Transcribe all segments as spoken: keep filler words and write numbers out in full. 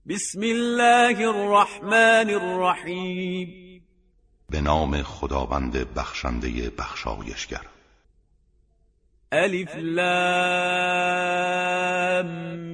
بسم الله الرحمن الرحیم. به نام خداوند بخشنده بخشایشگر. الف لام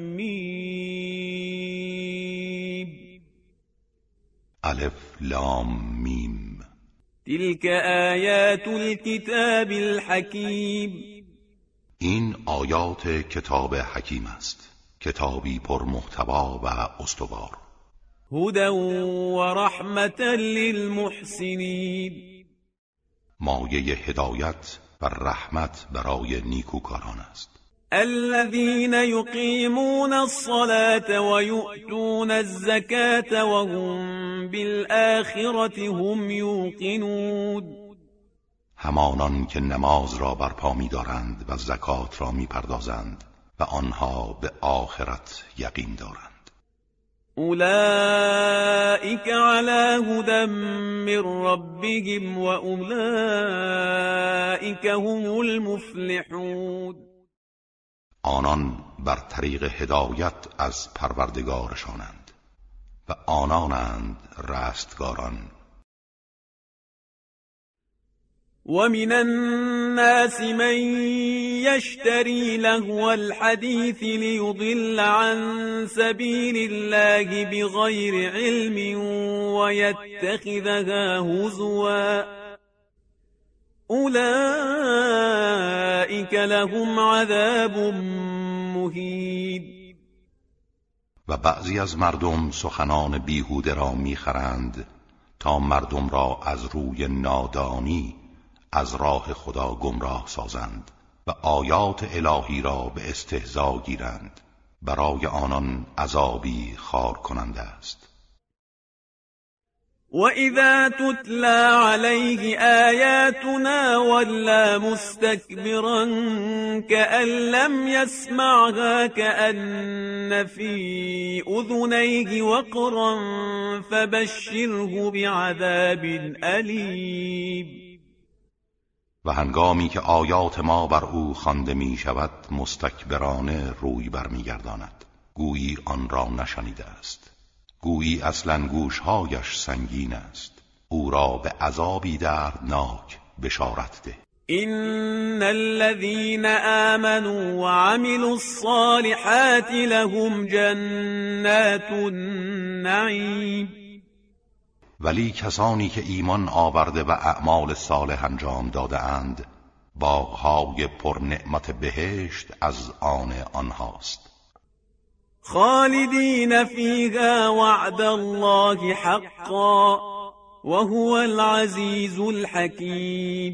میم. الف لام میم. تلك آیات الكتاب الحکیم. این آیات کتاب حکیم است، کتابی پر محتوا و استوار. هدی و رحمة للمحسنین. مایه هدایت و رحمت برای نیکوکاران است. الذين يقيمون الصلاة ويؤتون الزكاة وهم بالآخرة هم يوقنون. همانان که نماز را برپا می‌دارند و زکات را می‌پردازند و آنها به آخرت یقین دارند. اولئك على هدى من ربهم واولئك هم المفلحون. آنان بر طریق هدایت از پروردگارشانند و آنانند رستگاران. ومن الناس من يشتري لهو الحديث ليضل عن سبيل الله بغير علم ويتخذها هزوا أولئك لهم عذاب مهين. و بعضی از مردم سخنان بیهوده را میخرند تا مردم را از روی نادانی از راه خدا گمراه سازند و آیات الهی را به استهزا گیرند. برای آنان عذابی خار کننده است. وَإِذَا تُتْلَى عَلَيْهِ آيَاتُنَا وَلَّى مُسْتَكْبِرًا كَأَن لَّمْ يَسْمَعْهَا كَأَنَّ فِي أُذُنَيْهِ وَقْرًا فَبَشِّرْهُ بِعَذَابٍ أَلِيمٍ. و هنگامی که آیات ما بر او خوانده می شود مستکبرانه روی برمیگرداند، گویی آن را نشنیده است. گویی اصلا گوشهایش سنگین است. او را به عذابی دردناک بشارت ده. إن الذين آمنوا وعملوا الصالحات لهم جنات النعیم. ولی کسانی که ایمان آورده و اعمال صالح انجام داده اند باغهای پر نعمت بهشت از آن آنهاست. خالدین فیها وعد الله حقا وهو العزیز الحکیم.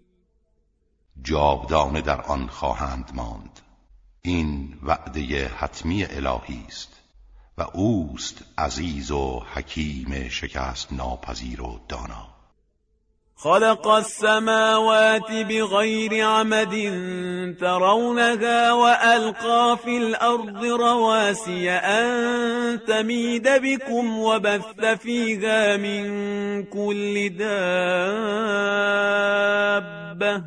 جاودانه در آن خواهند ماند. این وعده حتمی الهی است و اوست عزیز و حکیم شکست ناپذیر و دانا. خلق السماوات بغير عمد ترونها وألقى في الأرض رواسي أن تميد بكم وبث فيها من كل دابة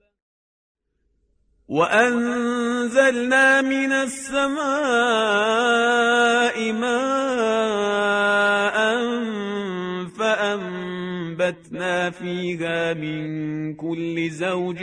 وأنزلنا من السماء ماء فأنبتنا فيها من كل زوج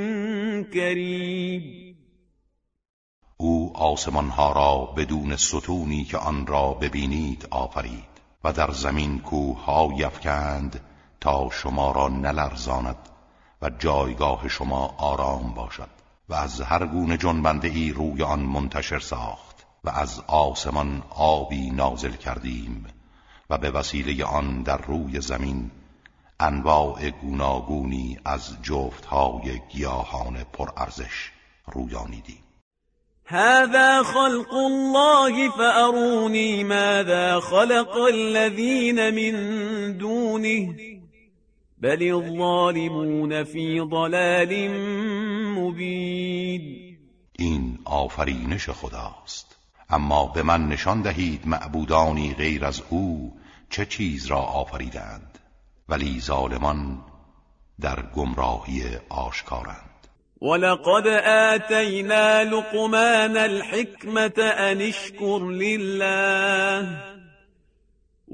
كريم. او آسمانها را بدون ستونی که آن را ببینید آفرید و در زمین کوه‌هایی افکند تا شما را نلرزاند و جایگاه شما آرام باشد و از هر گونه جنبنده ای روی آن منتشر ساخت و از آسمان آبی نازل کردیم و به وسیله آن در روی زمین انواع گوناگونی از جفتهای گیاهان پرارزش رویانیدیم. هذا خلق الله فأروني ماذا خلق الذين من دونه بل الظالمون في ضلال مبین. این آفرینش خداست، اما به من نشان دهید معبودانی غیر از او چه چیز را آفریدند، ولی ظالمان در گمراهی آشکارند. ولقد آتینا لقمان الحکمة ان اشکر لله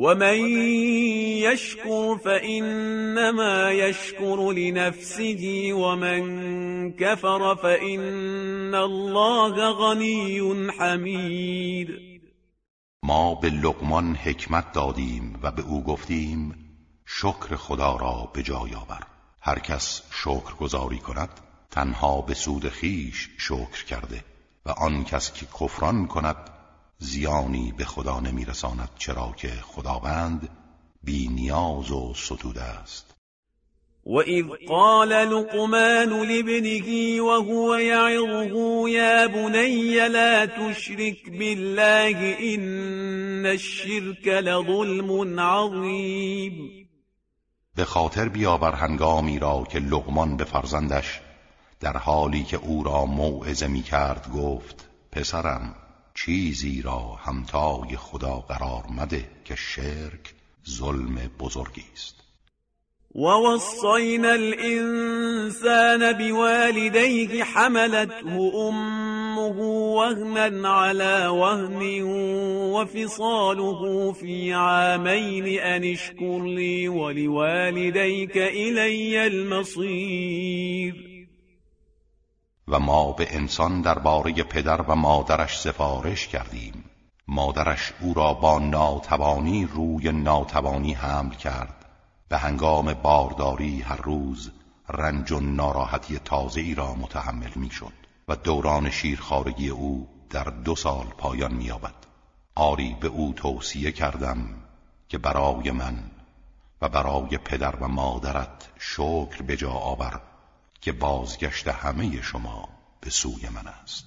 ومن يشكر فإنما يشكر لنفسه ومن كفر فإن الله غنی حمید. ما به لقمان حکمت دادیم و به او گفتیم شکر خدا را به جای آور. هر کس شکر گزاری کند تنها به سود خیش شکر کرده و آن کس که کفران کند زیانی به خدا نمی رساند، چرا که خداوند بی نیاز و ستوده است. وَإِذْ قَالَ لُقْمَانُ لِابْنِهِ وَهُوَ يَعِظُهُ يَا بُنَيَّ لَا تُشْرِكْ بِاللَّهِ إِنَّ الشِّرْكَ لَظُلْمٌ عَظِيمٌ. به خاطر بیاور هنگامی را که لقمان به فرزندش در حالی که او را موعظه می کرد گفت پسرم چیزی را همتای خدا قرار مده که شرک ظلم بزرگی است. وَوَصَّيْنَا الْإِنسَانَ بِوَالِدَيْهِ حَمَلَتْهُ أُمُّهُ وَهْنًا عَلَى وَهْنٍ وَفِصَالُهُ فِي عَامَيْنِ أَنِ اشْكُرْ لِي وَلِوَالِدَيْكَ إِلَيَّ الْمَصِيرُ. و ما به انسان درباره پدر و مادرش سفارش کردیم. مادرش او را با ناتوانی روی ناتوانی حمل کرد. به هنگام بارداری هر روز رنج و ناراحتی تازه‌ای را متحمل می شد و دوران شیرخوارگی او در دو سال پایان می یابد. آری به او توصیه کردم که برای من و برای پدر و مادرت شکر به جا آور که بازگشت همه شما به سوی من است.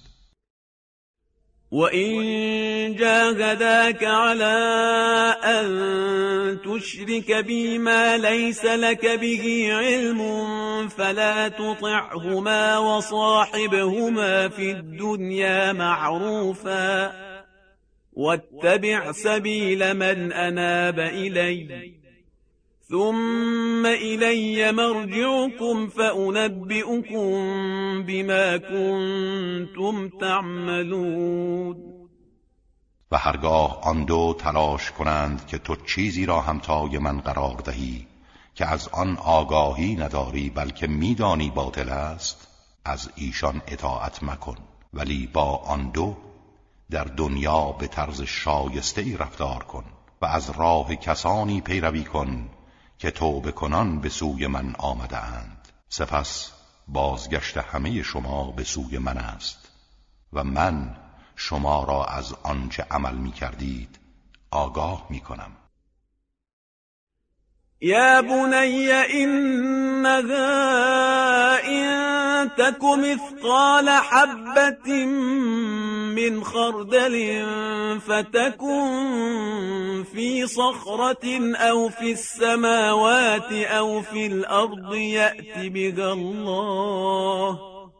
وَإِن جَاهَدَاكَ عَلَىٰ أَن تُشْرِكَ بِي مَا لَيْسَ لَكَ بِهِ عِلْمٌ فَلَا تُطِعْهُمَا وَصَاحِبْهُمَا فِي الدُّنْيَا مَعْرُوفًا وَاتَّبِعْ سَبِيلَ مَنْ أَنَابَ إِلَيَّ ثُمَّ إِلَيَّ مَرْجِعُكُمْ فَأُنَبِّئُكُم بِمَا كُنتُمْ تَعْمَلُونَ. و هرگاه آن دو تلاش کنند که تو چیزی را همتای من قرار دهی که از آن آگاهی نداری بلکه میدانی باطل است، از ایشان اطاعت مکن، ولی با آن دو در دنیا به طرز شایسته ای رفتار کن و از راه کسانی پیروی کن که توبه کنان به سوی من آمده اند. سپس بازگشت همه شما به سوی من است و من شما را از آنچه عمل می کردید آگاه می کنم. یا بنی انها ان تک مثقال حبة من خردل فتكن في صخرة او في السماوات او في الارض یأت بها الله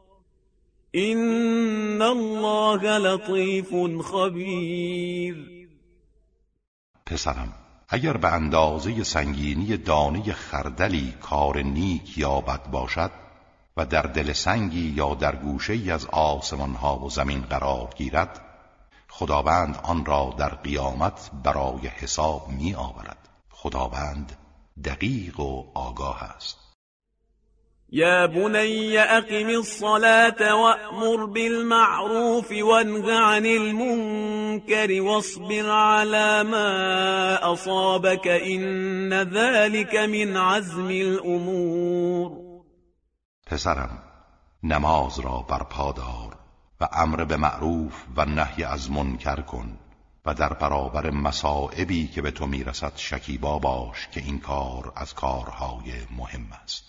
ان الله لطیف خبیر. پسرم اگر به اندازه سنگینی دانه خردلی کار نیک یا بد باشد و در دل سنگی یا در گوشه‌ای از آسمان‌ها و زمین قرار گیرد، خداوند آن را در قیامت برای حساب می آورد. خداوند دقیق و آگاه است. یا بنی اقم الصلاة وأمر بالمعروف وانه عن المنكر واصبر على ما أصابك إن ذلك من عزم الأمور. پسرم نماز را برپا دار و امر به معروف و نهی از منکر کن و در برابر مصائبی که به تو میرسد شکیبا باش که این کار از کارهای مهم است.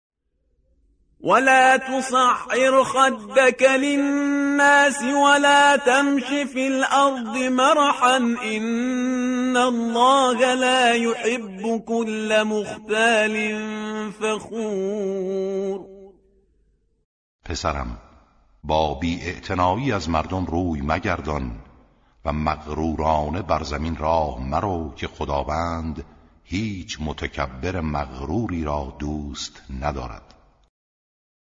ولا تصعر خدك للناس ولا تمش في الأرض مرحا إن الله لا يحب كل مختال فخور. پسرم با بی‌اعتنایی از مردم روی مگردان و مغرورانه بر زمین راه مرو که خداوند هیچ متکبر مغروری را دوست ندارد.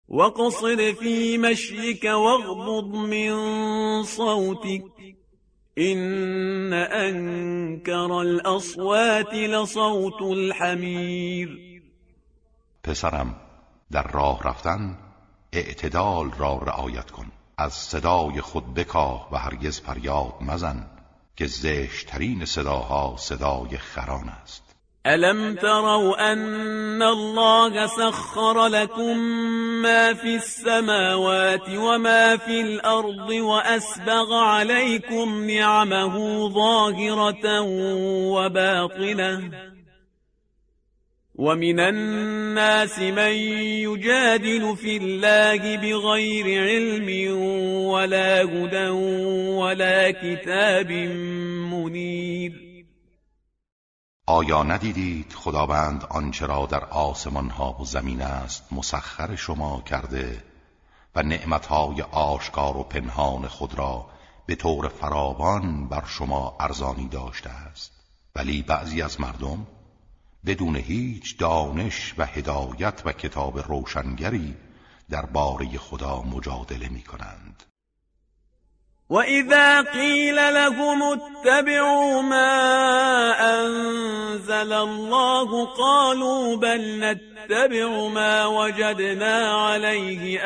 وَقَصِدْ فِي مَشْيِكَ وَاغْضُضْ مِنْ صَوْتِكَ إن أنكر الأصوات لصوت الحمیر. پسرم، در راه رفتن اعتدال را رعایت کن. از صدای خود بکاه و هرگز فریاد مزن که زشت‌ترین صداها صدای خران است. ألم تروا أن الله سخر لكم ما في السماوات وما في الأرض وأسبغ عليكم نعمه ظاهرة وباطنة ومن الناس من يجادل في الله بغير علم ولا هدى ولا كتاب منير. آیا ندیدید خداوند آنچه را در آسمان ها و زمین است مسخر شما کرده و نعمتهای آشکار و پنهان خود را به طور فراوان بر شما ارزانی داشته است، ولی بعضی از مردم بدون هیچ دانش و هدایت و کتاب روشنگری درباره خدا مجادله می کنند. وَإِذَا قِيلَ لَهُمُ اتَّبِعُوا مَا أَنزَلَ اللَّهُ قَالُوا بَلْ نَتَّبِعُ مَا وَجَدْنَا عَلَيْهِ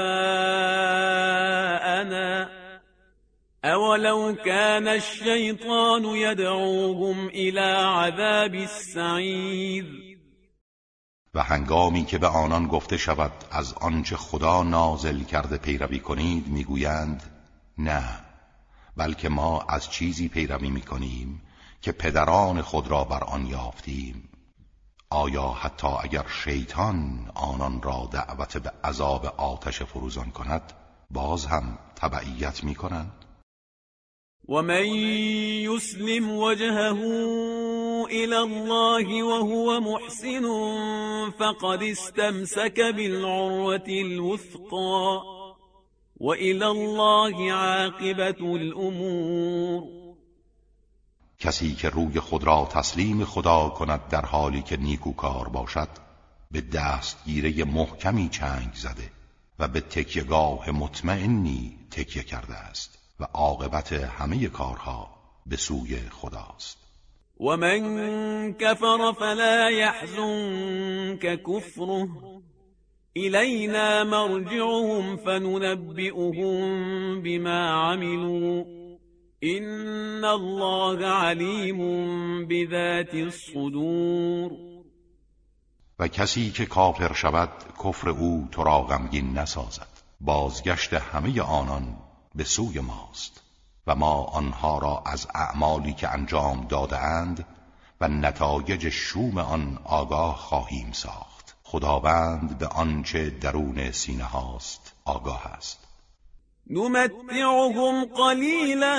آبَاءَنَا أَوَلَوْ كَانَ الشَّيْطَانُ يَدْعُوهُمْ إِلَى عَذَابِ السَّعِيرِ. و هنگامی که به آنان گفته شود از آنچه خدا نازل کرده پیروی کنید، میگویند نه، بلکه ما از چیزی پیروی میکنیم که پدران خود را بر آن یافتیم. آیا حتی اگر شیطان آنان را دعوت به عذاب آتش فروزان کند باز هم تبعیت میکنند؟ ومن يسلم وجهه إلى الله وهو محسن فقد استمسك بالعروة الوثقى وإلى الله عاقبة الأمور. کسی که روی خود را تسلیم خدا کند در حالی که نیکوکار باشد به دستگیره محکمی چنگ زده و به تکیهگاه مطمئنی تکیه کرده است و عاقبت همه کارها به سوی خداست. ومن كفر فلا يحزنك كفره إلينا مرجعهم فننبئهم بما عملوا إن الله عليم بذات الصدور. و کسی که کافر شود کفر او تو را غمگین نسازد. بازگشت همه آنان به سوی ماست و ما آنها را از اعمالی که انجام داده اند و نتایج شوم آن آگاه خواهیم ساخت. خداوند به آنچه درون سینه هاست آگاه است. نمتعهم قلیلا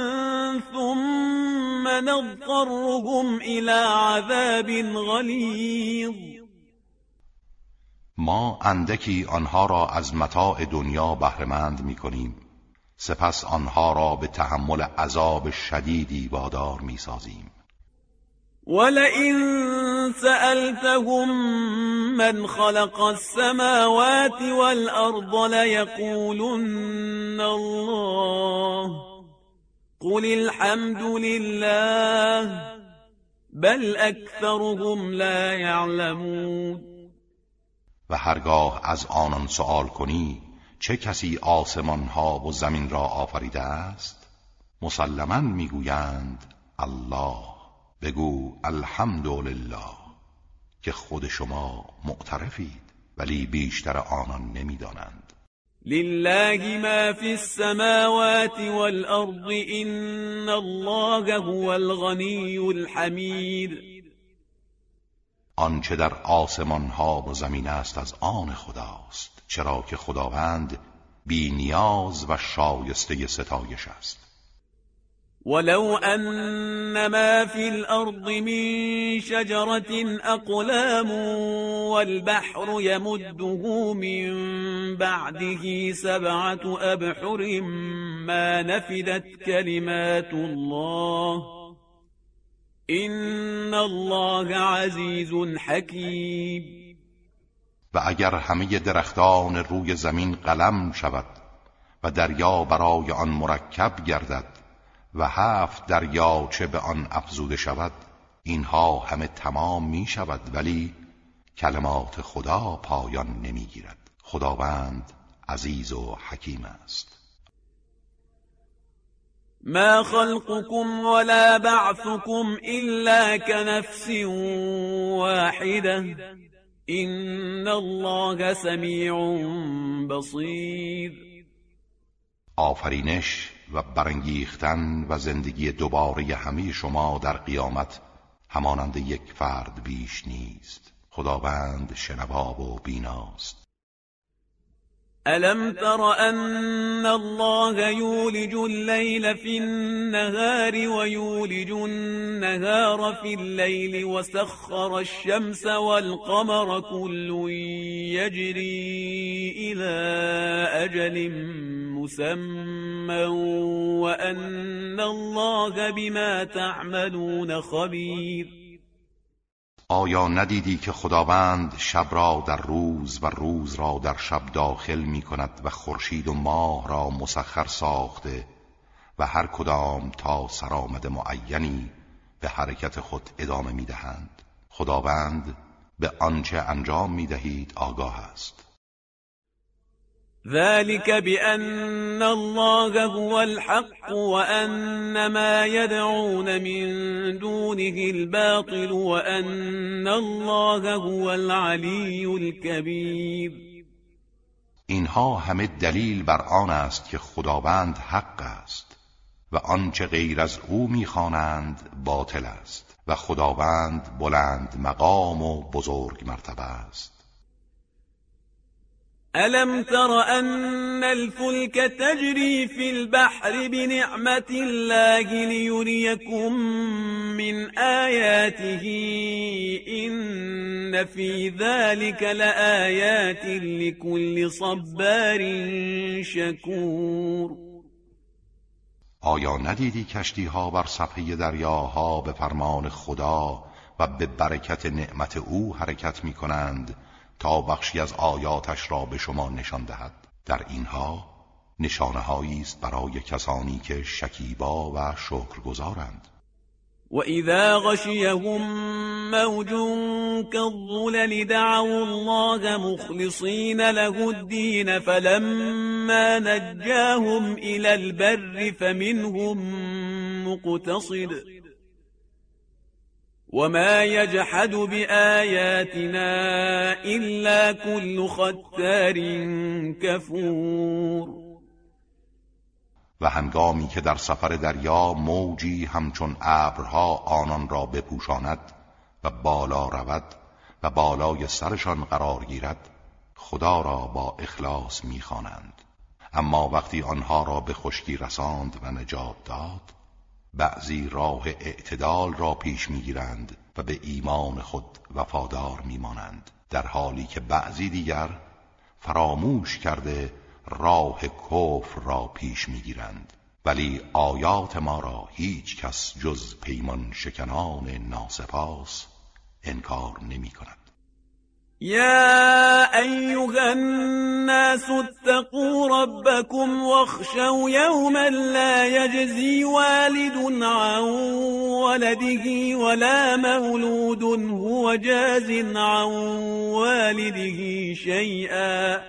ثم نضطرهم الى عذاب غلیظ. ما اندکی آنها را از متاع دنیا بهره‌مند می‌کنیم، سپس آنها را به تحمل عذاب شدیدی وادار می‌سازیم. ولئن سألتهم من خلق السماوات والأرض ليقولن الله قل الحمد لله بل أكثرهم لا يعلمون. و هرگاه از آنان سؤال کنی چه کسی آسمان ها و زمین را آفریده است، مسلماً میگویند الله. بگو الحمدلله که خود شما معترفید، ولی بیشتر آنان نمیدانند. لله ما فی السماوات والارض ان الله هو الغنی الحمید. آنچه در آسمان ها و زمین است از آن خداست، چرا که خداوند بی نیاز و شایسته ستایش است. ولو أن ما في الأرض من شجرة أقلام والبحر يمده من بعده سبعة أبحر ما نفدت كلمات الله إن الله عزيز حكيم. و اگر همه درختان روی زمین قلم شود و دریا برای آن مرکب گردد و هفت دریاچه به آن افزوده شود، اینها همه تمام می شود، ولی کلمات خدا پایان نمی گیرد. خداوند عزیز و حکیم است. ما خلقكم ولا بعثكم إلا كنفس واحدة إن الله سمیع بصیر. آفرینش و برانگیختن و زندگی دوباره همه شما در قیامت همانند یک فرد بیش نیست. خداوند شنوا و بیناست. ألم تر أن الله يولج الليل في النهار ويولج النهار في الليل وسخر الشمس والقمر كل يجري إلى أجل مسمى وأن الله بما تعملون خبير. آیا ندیدی که خداوند شب را در روز و روز را در شب داخل می کند و خورشید و ماه را مسخر ساخته و هر کدام تا سرآمد معینی به حرکت خود ادامه می دهند؟ خداوند به آنچه انجام می دهید آگاه است. ذلك بأن الله هو الحق وأن ما يدعون من دونه الباطل وأن الله هو العلي الكبير. اینها همه دلیل بر آن است که خداوند حق است و آنچه غیر از او می‌خوانند باطل است و خداوند بلند مقام و بزرگ مرتبه است. ألم تر أن الفلك تجري في البحر بنعمة الله ليريكم من آياته إن في ذلك لآيات لكل صبار شكور. آیا ندیدی کشتی ها بر صفحه دریاها به فرمان خدا و به برکت نعمت او حرکت می کنند تا بخشی از آیاتش را به شما نشان دهد؟ در اینها نشانه هایی است برای کسانی که شکیبا و شکرگزارند. و اذا غشیهم موج كالظلل دعوا الله مخلصین له الدین فلما نجاهم الى البر فمنهم مقتصد وما يجحد بآياتنا إلا كل ختار كفور. و هنگامی که در سفر دریا موجی همچون ابرها آنان را بپوشاند و بالا رود و بالای سرشان قرار گیرد، خدا را با اخلاص می‌خوانند. اما وقتی آنها را به خشکی رساند و نجات داد، بعضی راه اعتدال را پیش میگیرند و به ایمان خود وفادار میمانند، در حالی که بعضی دیگر فراموش کرده راه کفر را پیش میگیرند. ولی آیات ما را هیچ کس جز پیمان شکنان ناسپاس انکار نمی کند. يا أيها الناس اتقوا ربكم واخشوا يوما لا يجزي والد عن ولده ولا مولود هو جاز عن والده شيئا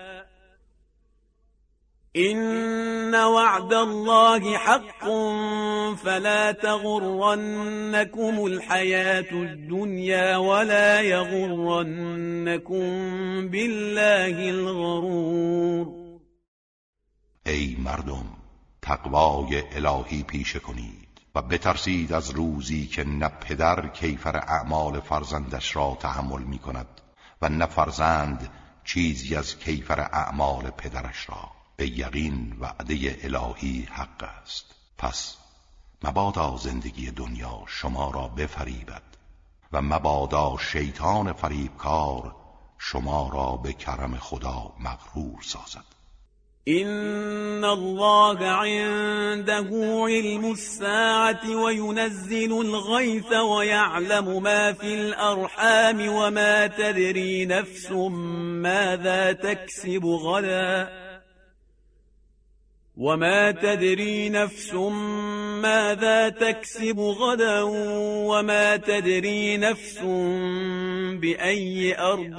إن وعد الله حق فلا تغرنكم الحياة الدنيا ولا يغرنكم بالله الغرور. ای مردم، تقوای الهی پیشه کنید و بترسید از روزی که نه پدر کیفر اعمال فرزندش را تحمل می کند و نه فرزند چیزی از کیفر اعمال پدرش را. به یقین وعده الهی حق است، پس مبادا زندگی دنیا شما را بفریبد و مبادا شیطان فریبکار شما را به کرم خدا مغرور سازد. إن الله عنده علم الساعة وينزل الغيث ويعلم ما في الأرحام وما تدري نفس ماذا تكسب غدا وما تدري نفس ماذا تكسب غدا وما تدري نفس بأي أرض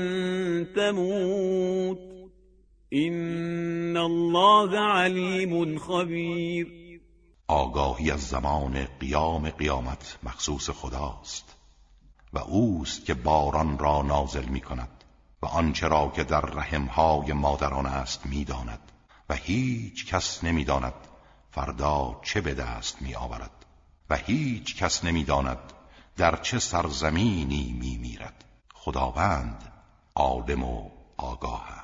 تموت إن الله علیم خبیر. آگاهی از زمان قیام قیامت مخصوص خداست و اوست که باران را نازل می کند و آنچه را که در رحمهای مادران است می داند و هیچ کس نمی داند فردا چه به دست می آورد و هیچ کس نمی داند در چه سرزمینی می میرد. خداوند عالم و آگاه